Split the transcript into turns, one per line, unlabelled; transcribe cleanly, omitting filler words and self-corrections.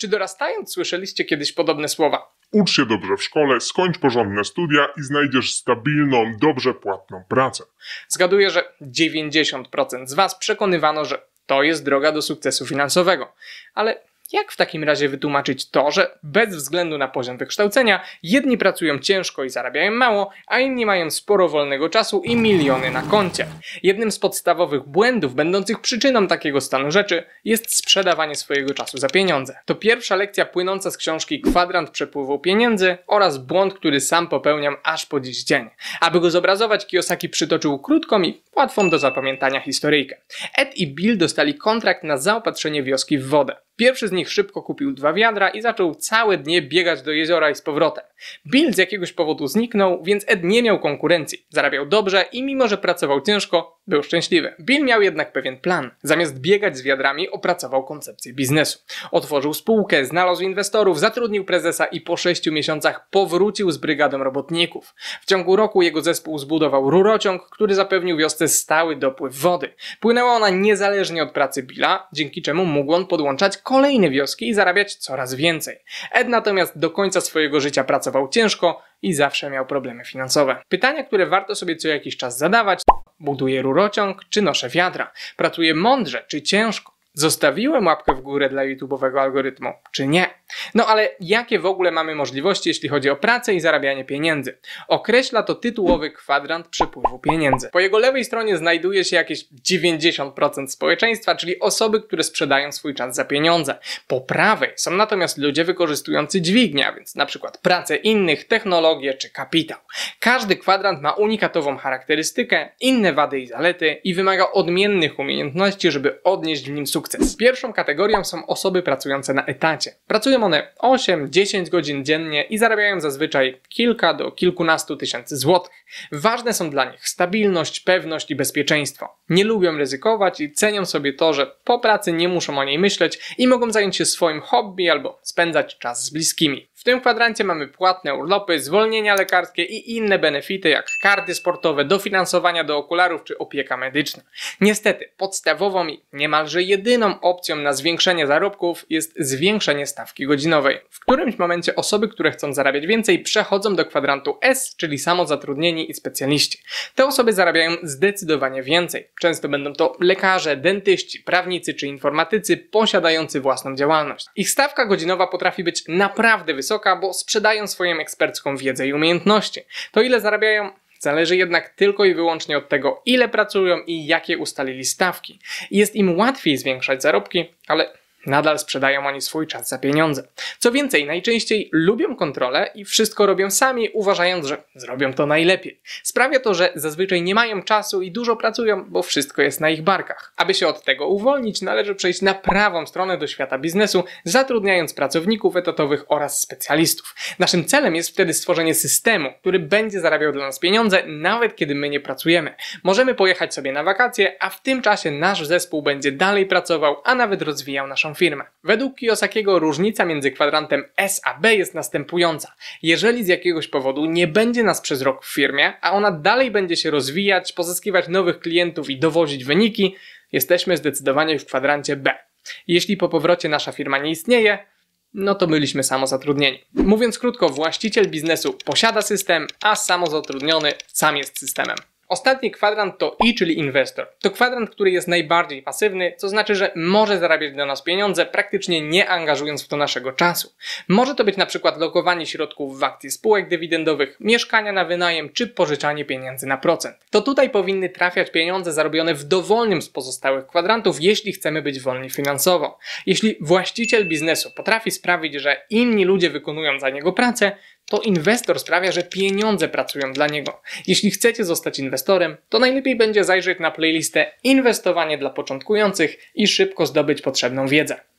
Czy dorastając słyszeliście kiedyś podobne słowa?
Ucz się dobrze w szkole, skończ porządne studia i znajdziesz stabilną, dobrze płatną pracę.
Zgaduję, że 90% z Was przekonywano, że to jest droga do sukcesu finansowego. Ale jak w takim razie wytłumaczyć to, że bez względu na poziom wykształcenia jedni pracują ciężko i zarabiają mało, a inni mają sporo wolnego czasu i miliony na koncie? Jednym z podstawowych błędów będących przyczyną takiego stanu rzeczy jest sprzedawanie swojego czasu za pieniądze. To pierwsza lekcja płynąca z książki Kwadrant przepływu pieniędzy oraz błąd, który sam popełniam aż po dziś dzień. Aby go zobrazować, Kiyosaki przytoczył krótką i łatwą do zapamiętania historyjkę. Ed i Bill dostali kontrakt na zaopatrzenie wioski w wodę. Pierwszy z nich szybko kupił 2 wiadra i zaczął całe dnie biegać do jeziora i z powrotem. Bill z jakiegoś powodu zniknął, więc Ed nie miał konkurencji. Zarabiał dobrze i mimo, że pracował ciężko, był szczęśliwy. Bill miał jednak pewien plan. Zamiast biegać z wiadrami, opracował koncepcję biznesu. Otworzył spółkę, znalazł inwestorów, zatrudnił prezesa i po 6 miesiącach powrócił z brygadą robotników. W ciągu roku jego zespół zbudował rurociąg, który zapewnił wiosce stały dopływ wody. Płynęła ona niezależnie od pracy Billa, dzięki czemu mógł on podłączać kolejne wioski i zarabiać coraz więcej. Ed natomiast do końca swojego życia pracował ciężko i zawsze miał problemy finansowe. Pytania, które warto sobie co jakiś czas zadawać: buduję rurociąg czy noszę wiadra? Pracuję mądrze czy ciężko? Zostawiłem łapkę w górę dla YouTube'owego algorytmu, czy nie? No ale jakie w ogóle mamy możliwości, jeśli chodzi o pracę i zarabianie pieniędzy? Określa to tytułowy kwadrant przepływu pieniędzy. Po jego lewej stronie znajduje się jakieś 90% społeczeństwa, czyli osoby, które sprzedają swój czas za pieniądze. Po prawej są natomiast ludzie wykorzystujący dźwignię, a więc na przykład pracę innych, technologię czy kapitał. Każdy kwadrant ma unikatową charakterystykę, inne wady i zalety i wymaga odmiennych umiejętności, żeby odnieść w nim sukces. Pierwszą kategorią są osoby pracujące na etacie. Pracują one 8-10 godzin dziennie i zarabiają zazwyczaj kilka do kilkunastu tysięcy złotych. Ważne są dla nich stabilność, pewność i bezpieczeństwo. Nie lubią ryzykować i cenią sobie to, że po pracy nie muszą o niej myśleć i mogą zająć się swoim hobby albo spędzać czas z bliskimi. W tym kwadrancie mamy płatne urlopy, zwolnienia lekarskie i inne benefity jak karty sportowe, dofinansowania do okularów czy opieka medyczna. Niestety, podstawową i niemalże jedyną opcją na zwiększenie zarobków jest zwiększenie stawki godzinowej. W którymś momencie osoby, które chcą zarabiać więcej, przechodzą do kwadrantu S, czyli samozatrudnieni i specjaliści. Te osoby zarabiają zdecydowanie więcej. Często będą to lekarze, dentyści, prawnicy czy informatycy posiadający własną działalność. Ich stawka godzinowa potrafi być naprawdę wysoka, bo sprzedają swoją ekspercką wiedzę i umiejętności. To ile zarabiają zależy jednak tylko i wyłącznie od tego, ile pracują i jakie ustalili stawki. Jest im łatwiej zwiększać zarobki, ale nadal sprzedają oni swój czas za pieniądze. Co więcej, najczęściej lubią kontrolę i wszystko robią sami, uważając, że zrobią to najlepiej. Sprawia to, że zazwyczaj nie mają czasu i dużo pracują, bo wszystko jest na ich barkach. Aby się od tego uwolnić, należy przejść na prawą stronę do świata biznesu, zatrudniając pracowników etatowych oraz specjalistów. Naszym celem jest wtedy stworzenie systemu, który będzie zarabiał dla nas pieniądze, nawet kiedy my nie pracujemy. Możemy pojechać sobie na wakacje, a w tym czasie nasz zespół będzie dalej pracował, a nawet rozwijał naszą firmę. Według Kiyosakiego różnica między kwadrantem S a B jest następująca. Jeżeli z jakiegoś powodu nie będzie nas przez rok w firmie, a ona dalej będzie się rozwijać, pozyskiwać nowych klientów i dowozić wyniki, jesteśmy zdecydowanie w kwadrancie B. Jeśli po powrocie nasza firma nie istnieje, no to byliśmy samozatrudnieni. Mówiąc krótko, właściciel biznesu posiada system, a samozatrudniony sam jest systemem. Ostatni kwadrant to I, czyli inwestor. To kwadrant, który jest najbardziej pasywny, co znaczy, że może zarabiać dla nas pieniądze, praktycznie nie angażując w to naszego czasu. Może to być na przykład lokowanie środków w akcje spółek dywidendowych, mieszkania na wynajem czy pożyczanie pieniędzy na procent. To tutaj powinny trafiać pieniądze zarobione w dowolnym z pozostałych kwadrantów, jeśli chcemy być wolni finansowo. Jeśli właściciel biznesu potrafi sprawić, że inni ludzie wykonują za niego pracę, to inwestor sprawia, że pieniądze pracują dla niego. Jeśli chcecie zostać inwestorem, to najlepiej będzie zajrzeć na playlistę Inwestowanie dla początkujących i szybko zdobyć potrzebną wiedzę.